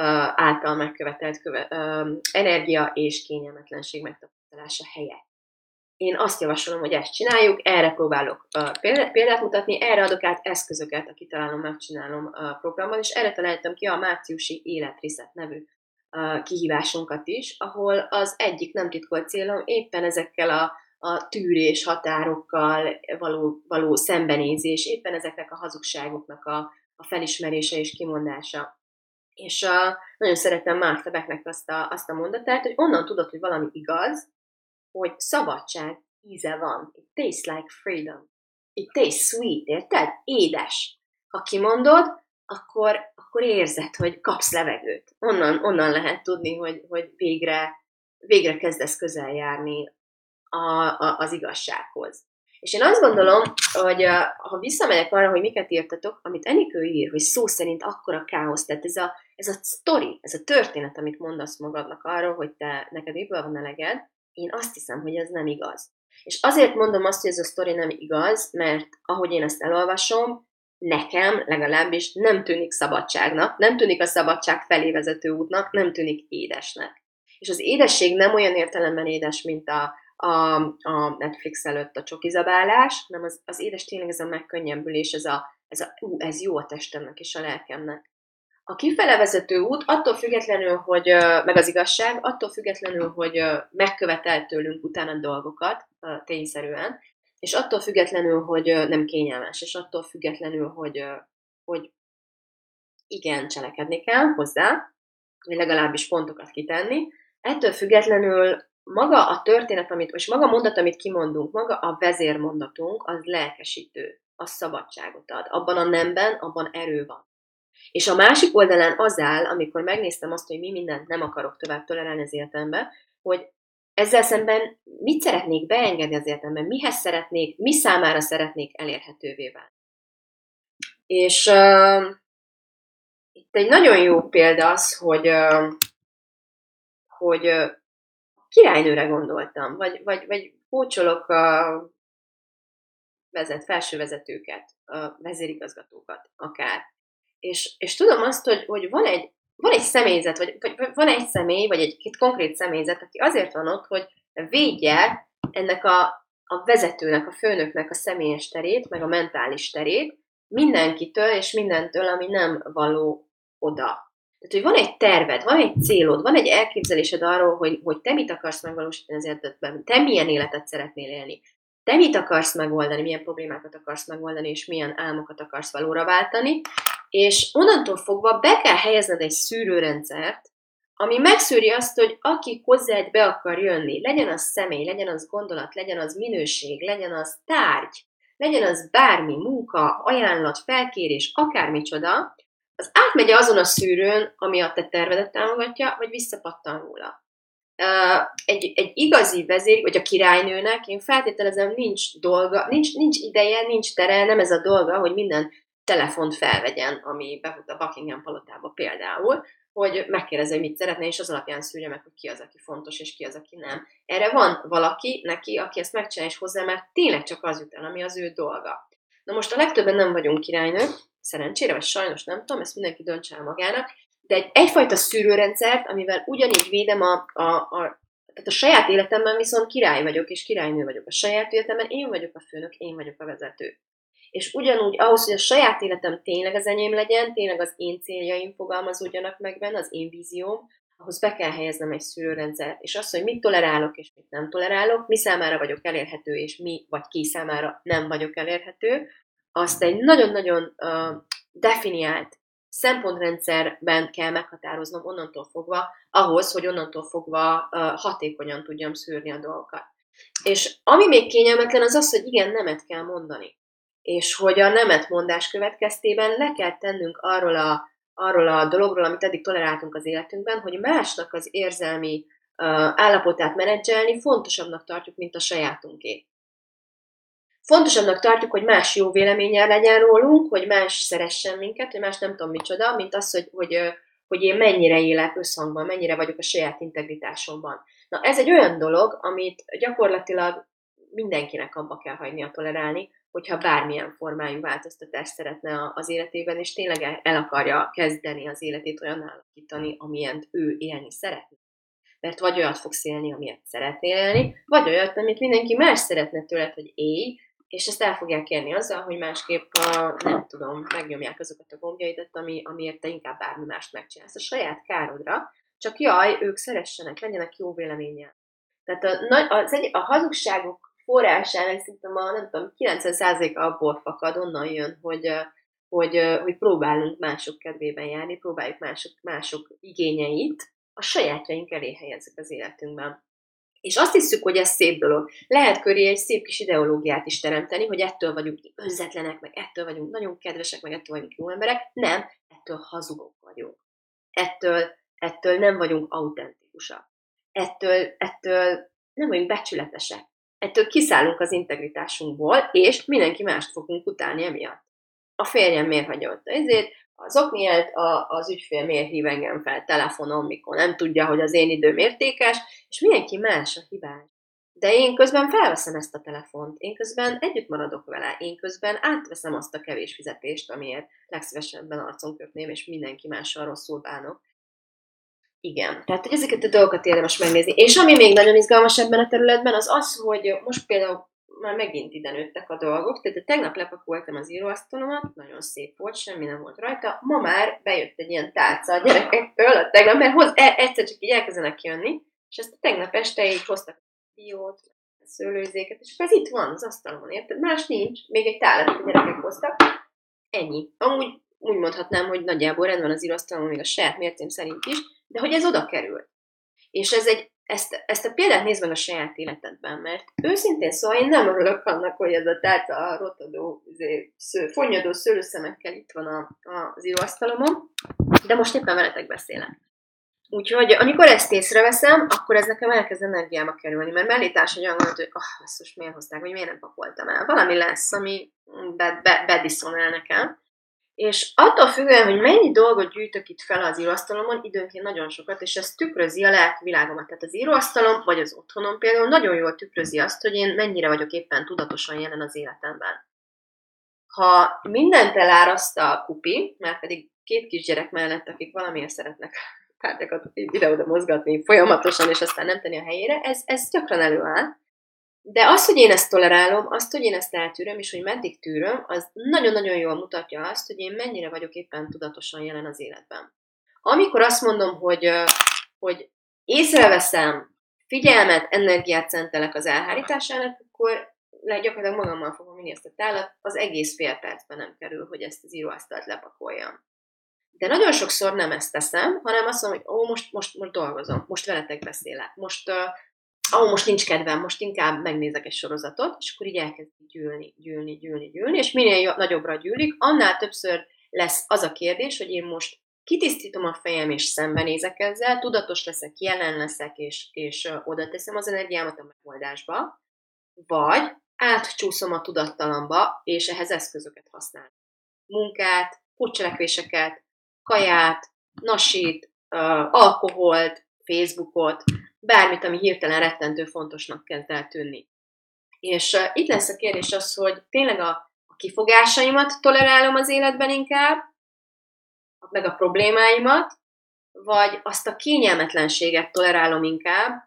által megkövetelt köve, energia és kényelmetlenség megtapasztalása helyett. Én azt javasolom, hogy ezt csináljuk, erre próbálok példát, példát mutatni, erre adok át eszközöket, a Kitalálom, Megcsinálom programban, és erre találtam ki a márciusi Életreset nevű kihívásunkat is, ahol az egyik nem titkolt célom éppen ezekkel a, a tűrés határokkal való, való szembenézés, éppen ezeknek a hazugságoknak a, a felismerése és kimondása. És a, nagyon szeretem Mark Becknek azt a, azt a mondatát, hogy onnan tudod, hogy valami igaz, hogy szabadság íze van. It tastes like freedom. It tastes sweet, érted? Édes. Ha kimondod, akkor, akkor érzed, hogy kapsz levegőt. Onnan, onnan lehet tudni, hogy, hogy végre, végre kezdesz közel járni a, a, az igazsághoz. És én azt gondolom, hogy ha visszamegyek arra, hogy miket írtatok, amit Enikő ír, hogy szó szerint akkora káosz, tehát ez a, ez a sztori, ez a történet, amit mondasz magadnak arról, hogy te, neked miből van eleged, én azt hiszem, hogy ez nem igaz. És azért mondom azt, hogy ez a sztori nem igaz, mert ahogy én ezt elolvasom, nekem legalábbis nem tűnik szabadságnak, nem tűnik a szabadság felé vezető útnak, nem tűnik édesnek. És az édesség nem olyan értelemben édes, mint a, a, a Netflix előtt a csokizabálás, hanem az, az édes tényleg ez a megkönnyebbülés, ez, a, ez, a, ú, ez jó a testemnek és a lelkemnek. A kifele vezető út attól függetlenül, hogy, meg az igazság, attól függetlenül, hogy megkövetel tőlünk utána dolgokat, tényszerűen, és attól függetlenül, hogy nem kényelmes, és attól függetlenül, hogy, hogy igen, cselekedni kell hozzá, vagy legalábbis pontokat kitenni, ettől függetlenül maga a történet, amit, és maga a mondat, amit kimondunk, maga a vezérmondatunk, az lelkesítő, az szabadságot ad. Abban a nemben, abban erő van. És a másik oldalán az áll, amikor megnéztem azt, hogy mi mindent nem akarok tovább tolerálni az életembe, hogy ezzel szemben mit szeretnék beengedni az életemben, mihez szeretnék, mi számára szeretnék elérhetővé válni. És uh, itt egy nagyon jó példa az, hogy, uh, hogy uh, királynőre gondoltam, vagy, vagy, vagy kócsolok uh, vezet, felső vezetőket, uh, vezérigazgatókat akár. És, és tudom azt, hogy, hogy van, egy, van egy személyzet, vagy, vagy van egy személy, vagy egy két konkrét személyzet, aki azért van ott, hogy védje ennek a, a vezetőnek, a főnöknek a személyes terét, meg a mentális terét, mindenkitől és mindentől, ami nem való oda. Tehát, hogy van egy terved, van egy célod, van egy elképzelésed arról, hogy, hogy te mit akarsz megvalósítani az életedben, te milyen életet szeretnél élni, te mit akarsz megoldani, milyen problémákat akarsz megoldani, és milyen álmokat akarsz valóra váltani, és onnantól fogva be kell helyezned egy szűrőrendszert, ami megszűri azt, hogy aki hozzád be akar jönni, legyen az személy, legyen az gondolat, legyen az minőség, legyen az tárgy, legyen az bármi, munka, ajánlat, felkérés, akármicsoda, az átmegy azon a szűrőn, ami a te tervedet támogatja, vagy visszapattan róla. Egy, egy igazi vezér, vagy a királynőnek, én feltételezem, nincs dolga, nincs, nincs ideje, nincs tere, nem ez a dolga, hogy minden telefont felvegyen, ami befut a Buckingham palotába például, hogy megkérdezze, hogy mit szeretne, és az alapján szűrje meg, hogy ki az, aki fontos, és ki az, aki nem. Erre van valaki neki, aki ezt megcsinálja és hozzá, mert tényleg csak az jut el, ami az ő dolga. Na most a legtöbben nem vagyunk királynők, szerencsére, vagy sajnos nem tudom, ezt mindenki döntse el magának, de egy, egyfajta szűrőrendszert, amivel ugyanígy védem a, a, a, tehát a saját életemben viszont király vagyok, és királynő vagyok. A saját életemben én vagyok a főnök, én vagyok a vezető. És ugyanúgy ahhoz, hogy a saját életem tényleg az enyém legyen, tényleg az én céljaim fogalmazódjanak meg benne, az én vízióm, ahhoz be kell helyeznem egy szűrőrendszert. És azt, hogy mit tolerálok és mit nem tolerálok, mi számára vagyok elérhető, és mi vagy ki számára nem vagyok elérhető, azt egy nagyon-nagyon uh, definiált szempontrendszerben kell meghatároznom onnantól fogva, ahhoz, hogy onnantól fogva uh, hatékonyan tudjam szűrni a dolgokat. És ami még kényelmetlen, az az, hogy igen, nemet kell mondani. És hogy a nemet mondás következtében le kell tennünk arról a, arról a dologról, amit eddig toleráltunk az életünkben, hogy másnak az érzelmi uh, állapotát menedzselni fontosabbnak tartjuk, mint a sajátunké. Fontosabbnak tartjuk, hogy más jó véleménnyel legyen rólunk, hogy más szeressen minket, hogy más nem tudom micsoda, mint az, hogy, hogy, hogy én mennyire élek összhangban, mennyire vagyok a saját integritásomban. Na, ez egy olyan dolog, amit gyakorlatilag mindenkinek abba kell hagynia tolerálni, hogyha bármilyen formájú változtatást szeretne az életében, és tényleg el akarja kezdeni az életét olyan alakítani, amilyent ő élni szeretne. Mert vagy olyat fogsz élni, amilyet szeretnél élni, vagy olyat, amit mindenki más szeretne tőled, hogy élj, és ezt el fogják kérni azzal, hogy másképp, a, nem tudom, megnyomják azokat a gombjaidat, ami, amiért te inkább bármi mást megcsinálsz a saját károdra, csak jaj, ők szeressenek, legyenek jó véleménnyel. Tehát a, az egy, a hazugságok forrásának szerintem a, nem tudom, kilencven százaléka abból fakad, onnan jön, hogy, hogy, hogy próbálunk mások kedvében járni, próbáljuk mások, mások igényeit a sajátjaink elé helyezzük az életünkben. És azt hiszük, hogy ez szép dolog. Lehet köré egy szép kis ideológiát is teremteni, hogy ettől vagyunk önzetlenek, meg ettől vagyunk nagyon kedvesek, meg ettől vagyunk jó emberek. Nem, ettől hazugok vagyunk. Ettől, ettől nem vagyunk autentikusak. Ettől, ettől nem vagyunk becsületesek. Ettől kiszállunk az integritásunkból, és mindenki mást fogunk utálni emiatt. A férjem miért hagyott? Ezért az ok miatt az ügyfél miért hív engem fel telefonon, mikor nem tudja, hogy az én időm értékes, és mindenki más a hibás. De én közben felveszem ezt a telefont, én közben együtt maradok vele, én közben átveszem azt a kevés fizetést, amiért legszívesebben arcon köpném, és mindenki mással rosszul bánok. Igen, tehát hogy ezeket a dolgokat érdemes megnézni. És ami még nagyon izgalmas ebben a területben, az az, hogy most például már megint ide nőttek a dolgok, tehát tegnap lepakoltam az íróasztalomat, nagyon szép volt, semmi nem volt rajta, ma már bejött egy ilyen tálca a gyerekektől, a tegnap, mert hoz, e, egyszer csak így elkezdenek jönni, és ezt a tegnap este így hoztak a diót, a szőlőzéket, és ez itt van az asztalon, érted? Más nincs, még egy tálat a gyerekek hoztak, ennyi. Amúgy úgy mondhatnám, hogy nagyjából rendben az íróasztalon, még a saját mércém szerint is, de hogy ez oda került. És ez egy Ezt, ezt a példát nézd meg a saját életedben, mert őszintén szóval én nem örülök annak, hogy ez a tálca a rotadó, sző, fonnyadó szőlőszemekkel itt van a, a, az íróasztalomon, de most éppen veletek beszélek. Úgyhogy amikor ezt észreveszem, akkor ez nekem elkezd energiába kerülni, mert mellé társ egy olyan gondolat, hogy ah, basszus, miért hozták, vagy miért nem pakoltam el. Valami lesz, ami be, be, bediszonál nekem. És attól függően, hogy mennyi dolgot gyűjtök itt fel az íróasztalomon, időnként nagyon sokat, és ez tükrözi a lelkvilágomat. Tehát az íróasztalom, vagy az otthonom például nagyon jól tükrözi azt, hogy én mennyire vagyok éppen tudatosan jelen az életemben. Ha mindent eláraszt a kupi, már pedig két kisgyerek mellett, akik valamiért szeretnek pártyakat ide-oda mozgatni folyamatosan, és aztán nem tenni a helyére, ez, ez gyakran előáll. De az, hogy én ezt tolerálom, azt, hogy én ezt eltűröm, és hogy meddig tűröm, az nagyon-nagyon jól mutatja azt, hogy én mennyire vagyok éppen tudatosan jelen az életben. Amikor azt mondom, hogy, hogy észreveszem, figyelmet, energiát szentelek az elhárításának, akkor gyakorlatilag magammal fogom vinni ezt a tálat, az egész fél percben nem kerül, hogy ezt az íróasztalt lepakoljam. De nagyon sokszor nem ezt teszem, hanem azt mondom, hogy ó, most, most, most dolgozom, most veletek beszélek, most... ahol most nincs kedvem, most inkább megnézek egy sorozatot, és akkor így elkezd gyűlni, gyűlni, gyűlni, gyűlni, és minél nagyobbra gyűlik, annál többször lesz az a kérdés, hogy én most kitisztítom a fejem, és szembenézek ezzel, tudatos leszek, jelen leszek, és, és oda teszem az energiámat a megoldásba, vagy átcsúszom a tudattalamba, és ehhez eszközöket használok. Munkát, pótcselekvéseket, kaját, nasit, uh, alkoholt, Facebookot, bármit, ami hirtelen rettentő fontosnak kezd el tűnni. És uh, itt lesz a kérdés az, hogy tényleg a, a kifogásaimat tolerálom az életben inkább, meg a problémáimat, vagy azt a kényelmetlenséget tolerálom inkább,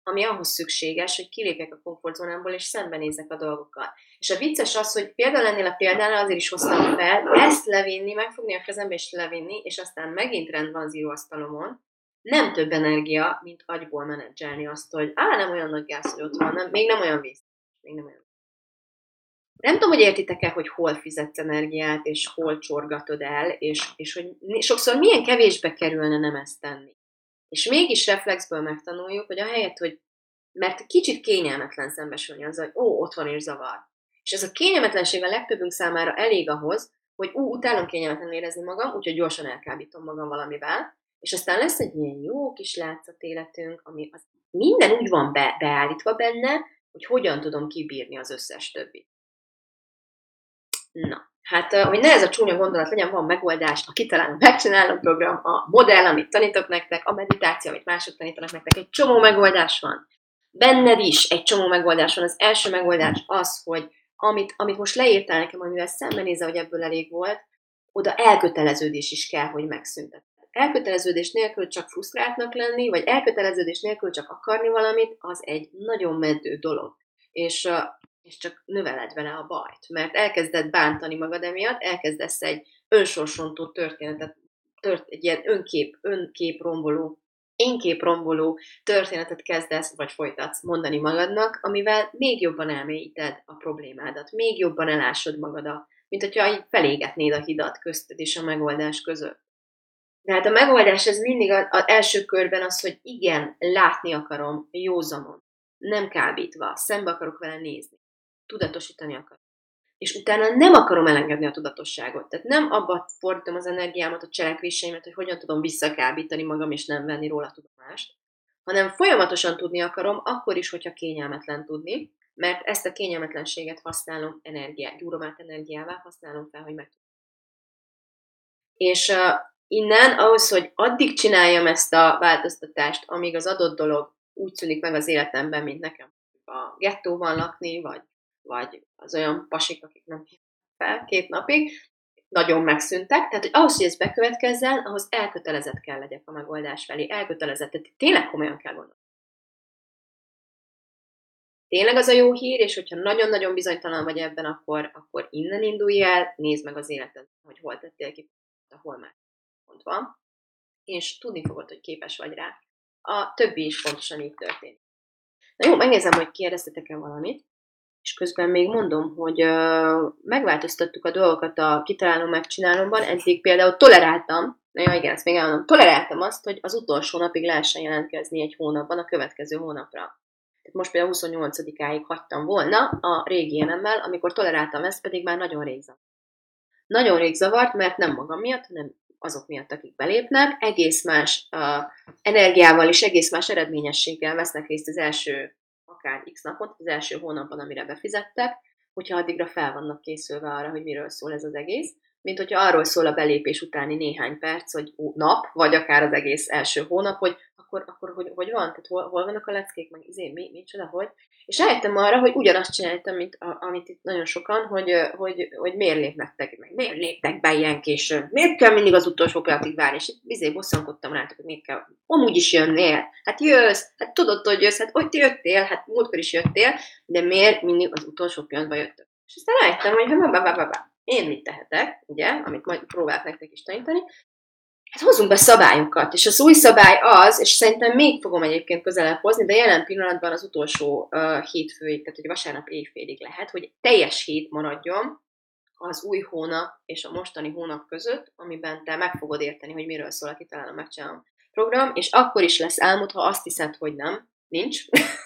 ami ahhoz szükséges, hogy kilépjek a komfortzónámból, és szembenézek a dolgokkal. És a vicces az, hogy például ennél a példánál azért is hoztam fel, ezt levinni, megfogni a kezembe és levinni, és aztán megint rend van az íróasztalomon, nem több energia, mint agyból menedzselni azt, hogy á, nem olyan nagy gáz, hogy ott van, nem, még nem olyan víz. Még nem olyan. Nem tudom, hogy értitek-e, hogy hol fizetsz energiát, és hol csorgatod el, és, és hogy sokszor milyen kevésbe kerülne nem ezt tenni. És mégis reflexből megtanuljuk, hogy ahelyett, hogy mert kicsit kényelmetlen szembesülni azzal, hogy ó, ott van és zavar. És ez a kényelmetlenség a legtöbbünk számára elég ahhoz, hogy ú, utálom kényelmetlen érezni magam, úgyhogy gyorsan elkábítom magam valamivel, és aztán lesz egy ilyen jó kis látszatéletünk, ami az minden úgy van be, beállítva benne, hogy hogyan tudom kibírni az összes többit. Na, hát, hogy ne ez a csúnya gondolat legyen, van megoldás, a kitalálom, megcsinálom program, a modell, amit tanítok nektek, a meditáció, amit mások tanítanak nektek, egy csomó megoldás van. Benned is egy csomó megoldás van. Az első megoldás az, hogy amit, amit most leírtál nekem, amivel szembenézve, hogy ebből elég volt, oda elköteleződés is kell, hogy megszünteted. Elköteleződés nélkül csak frusztráltnak lenni, vagy elköteleződés nélkül csak akarni valamit, az egy nagyon meddő dolog. És, és csak növeled vele a bajt. Mert elkezded bántani magad emiatt, elkezdesz egy önsorsontó történetet, tört, egy ilyen önkép, önképromboló, énképromboló történetet kezdesz, vagy folytatsz mondani magadnak, amivel még jobban elmélyíted a problémádat, még jobban elásod magadat, mint hogyha így felégetnéd a hidat közted és a megoldás között. De hát a megoldás ez mindig az első körben az, hogy igen, látni akarom józanon, nem kábítva, szembe akarok vele nézni, tudatosítani akarom. És utána nem akarom elengedni a tudatosságot. Tehát nem abba fordítom az energiámat, a cselekvéseimet, hogy hogyan tudom visszakábítani magam, és nem venni róla tudomást, hanem folyamatosan tudni akarom, akkor is, hogyha kényelmetlen tudni, mert ezt a kényelmetlenséget használom energiát, gyúrom át energiává, használom fel, hogy meg tudom. És uh, innen ahhoz, hogy addig csináljam ezt a változtatást, amíg az adott dolog úgy tűnik meg az életemben, mint nekem a gettóban lakni, vagy vagy az olyan pasik, akik nem hívnak fel két napig, nagyon megszűntek. Tehát, hogy ahhoz, hogy ez bekövetkezzen, ahhoz elkötelezett kell legyek a megoldás felé. Elkötelezett, tehát tényleg komolyan kell gondolni. Tényleg az a jó hír, és hogyha nagyon-nagyon bizonytalan vagy ebben, akkor, akkor innen indulj el, nézd meg az életed, hogy hol tettél ki, hol már pont van, és tudni fogod, hogy képes vagy rá. A többi is pontosan így történt. Na jó, megnézem, hogy kérdeztetek-e valamit. És közben még mondom, hogy uh, megváltoztattuk a dolgokat a kitalálom, megcsinálomban. Eddig például toleráltam, na jó, igen, ezt még elmondom, toleráltam azt, hogy az utolsó napig lehessen jelentkezni egy hónapban, a következő hónapra. Tehát most például huszonnyolcadikáig hagytam volna a régi énemmel, amikor toleráltam ezt, pedig már nagyon rég zavart. Nagyon rég zavart, mert nem magam miatt, hanem azok miatt, akik belépnek, egész más uh, energiával és egész más eredményességgel vesznek részt az első akár x napot, az első hónapban, amire befizettek, hogyha addigra fel vannak készülve arra, hogy miről szól ez az egész, mint hogyha arról szól a belépés utáni néhány perc, vagy nap, vagy akár az egész első hónap, hogy akkor, akkor hogy, hogy van, tehát hol, hol vannak a leckék, meg izé, mi, micsoda, hogy. És rájöttem arra, hogy ugyanazt csináltam, mint a, amit itt nagyon sokan, hogy, hogy, hogy miért lépnek meg, miért léptek be ilyen későn, miért kell mindig az utolsó pillanatig várni, és itt izé bosszankodtam rátok, hogy miért kell, amúgy is jönnél, hát jössz, hát tudod, hogy jössz, hát hogy te jöttél, hát múltkor is jöttél, de miért mindig az utolsó pillanatban jöttök. És aztán rájöttem, hogy én mit tehetek, ugye, amit majd próbálok nektek is tanítani, hát hozzunk be szabályokat, és az új szabály az, és szerintem még fogom egyébként közelebb hozni, de jelen pillanatban az utolsó uh, hétfőig, tehát hogy vasárnap éjfélig lehet, hogy teljes hét maradjon az új hónap és a mostani hónap között, amiben te meg fogod érteni, hogy miről szól a kitalálom, megcsinálom program, és akkor is lesz álmod, ha azt hiszed, hogy nem, nincs,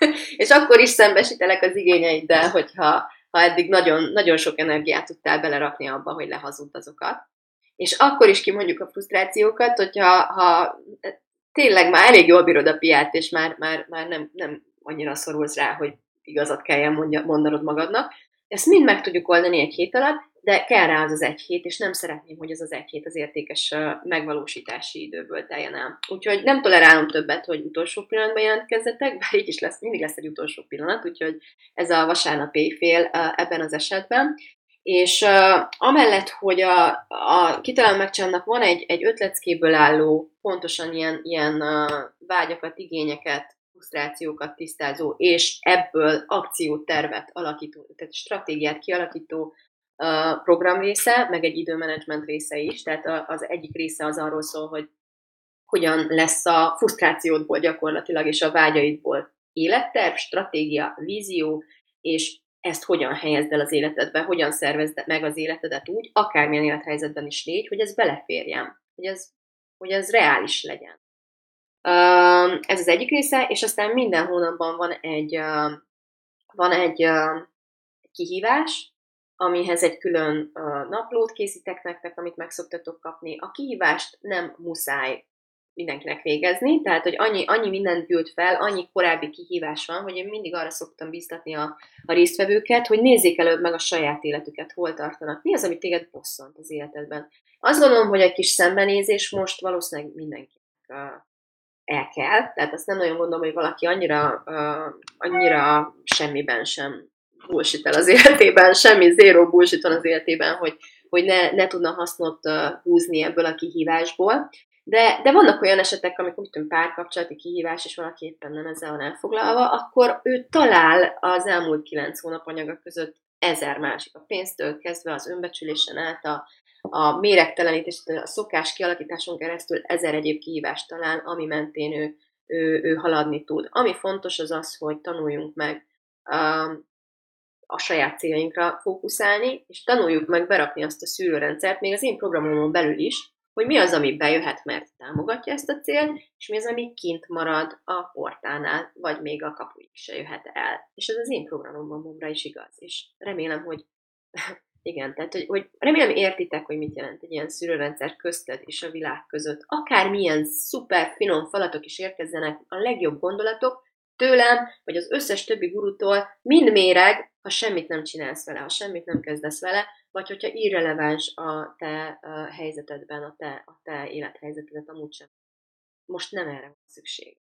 és akkor is szembesítelek az igényeiddel, hogyha ha eddig nagyon, nagyon sok energiát tudtál belerakni abba, hogy lehazudd azokat. És akkor is kimondjuk a frusztrációkat, hogyha ha tényleg már elég jól bírod a piát, és már, már, már nem, nem annyira szorulsz rá, hogy igazat kelljen mondanod magadnak. Ezt mind meg tudjuk oldani egy hét alatt, de kell rá az az egy hét, és nem szeretném, hogy az az egy hét az értékes megvalósítási időből teljen el. Úgyhogy nem tolerálom többet, hogy utolsó pillanatban jelentkezzetek, bár így is lesz, mindig lesz egy utolsó pillanat, úgyhogy ez a vasárnap éjfél ebben az esetben. És uh, amellett, hogy a, a kitalálom megcsinálnak van egy, egy ötleckéből álló, pontosan ilyen, ilyen uh, vágyakat, igényeket frusztrációkat tisztázó, és ebből akciótervet alakító, tehát stratégiát kialakító uh, program része, meg egy időmenedzsment része is. Tehát az egyik része az arról szól, hogy hogyan lesz a frusztrációdból gyakorlatilag, és a vágyaidból életterv, stratégia, vízió, és ezt hogyan helyezd el az életedbe, hogyan szervezd meg az életedet úgy, akármilyen élethelyzetben is légy, hogy ez beleférjen, hogy ez, hogy ez reális legyen. Ez az egyik része, és aztán minden hónapban van egy, van egy kihívás, amihez egy külön naplót készítek nektek, amit meg szoktatok kapni. A kihívást nem muszáj mindenkinek végezni, tehát, hogy annyi, annyi mindent gyűlt fel, annyi korábbi kihívás van, hogy én mindig arra szoktam bíztatni a, a résztvevőket, hogy nézzék előbb meg a saját életüket, hol tartanak. Mi az, ami téged bosszant az életedben? Azt gondolom, hogy egy kis szembenézés most valószínűleg mindenkinek uh, el kell, tehát azt nem nagyon gondolom, hogy valaki annyira, uh, annyira semmiben sem bullshit el az életében, semmi zero bullshit van az életében, hogy, hogy ne, ne tudna hasznot uh, húzni ebből a kihívásból. De, de vannak olyan esetek, amikor mit tudom, párkapcsolati kihívás, és valaki éppen nem ezzel van elfoglalva, akkor ő talál az elmúlt kilenc hónap anyaga között ezer másik. A pénztől kezdve az önbecsülésen át, a, a méregtelenítés, a szokás kialakításon keresztül ezer egyéb kihívást talál, ami mentén ő, ő, ő haladni tud. Ami fontos az az, hogy tanuljunk meg um, a saját céljainkra fókuszálni, és tanuljuk meg berakni azt a szűrőrendszert, még az én programomon belül is, hogy mi az, ami bejöhet, mert támogatja ezt a célt, és mi az, ami kint marad a portánál, vagy még a kapuig se jöhet el. És ez az én programomra is igaz. És remélem, hogy igen, tehát, hogy, hogy remélem értitek, hogy mit jelent egy ilyen szűrőrendszer közted és a világ között. Akármilyen szuper finom falatok is érkezzenek, a legjobb gondolatok tőlem, vagy az összes többi gurutól, mind méreg, ha semmit nem csinálsz vele, ha semmit nem kezdesz vele, vagy hogyha irreleváns a te a helyzetedben, a te, a te élethelyzetedet amúgy sem. Most nem erre van szükség.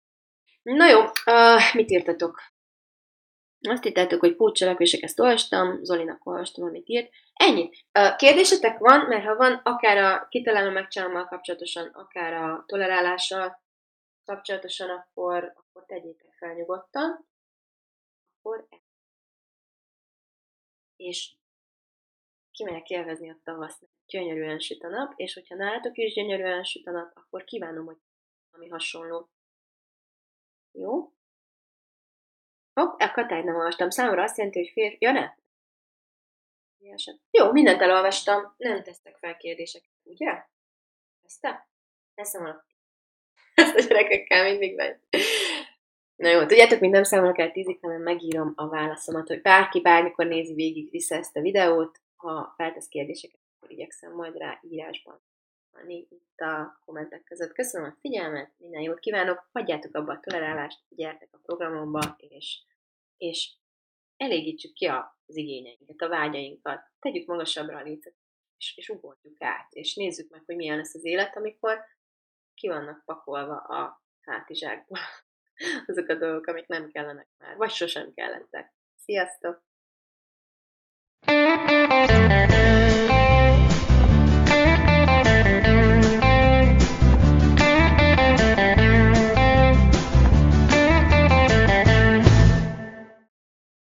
Na jó, uh, mit írtatok? Azt írtátok, hogy pótcselekvések, ezt olvastam, Zolinak olvastam, amit írt. Ennyi. Uh, kérdésetek van, mert ha van, akár a kitalálom megcsinálommal kapcsolatosan, akár a tolerálással kapcsolatosan, akkor, akkor tegyétek fel nyugodtan. Akkor és kimegyek élvezni a tavaszt, gyönyörűen süt a nap, és hogyha nálatok is gyönyörűen süt a nap, akkor kívánom, hogy ami hasonló. Jó? Hopp, a Katályt nem olvastam. Számomra azt jelenti, hogy férfi... Ja, ne? Jó, mindent elolvastam. Nem tesztek fel kérdéseket, ugye? Tesztek? Teszem a... Ezt a gyerekekkel mindig megy. Na jó, tudjátok, mint nem számolok el tízig, hanem megírom a válaszomat, hogy bárki bármikor nézi végig vissza ezt a videót, ha feltesz kérdéseket, akkor igyekszem majd rá írásban adni itt a kommentek között. Köszönöm a figyelmet, minden jót kívánok, hagyjátok abba a tolerálást, gyertek a programomba, és, és elégítsük ki az igényeinket, a vágyainkat, tegyük magasabbra a lécet, és, és ugorjuk át, és nézzük meg, hogy milyen lesz az élet, amikor ki vannak pakolva a hátizsákból azok a dolgok, amik nem kellenek már, vagy sosem kellettek. Sziasztok!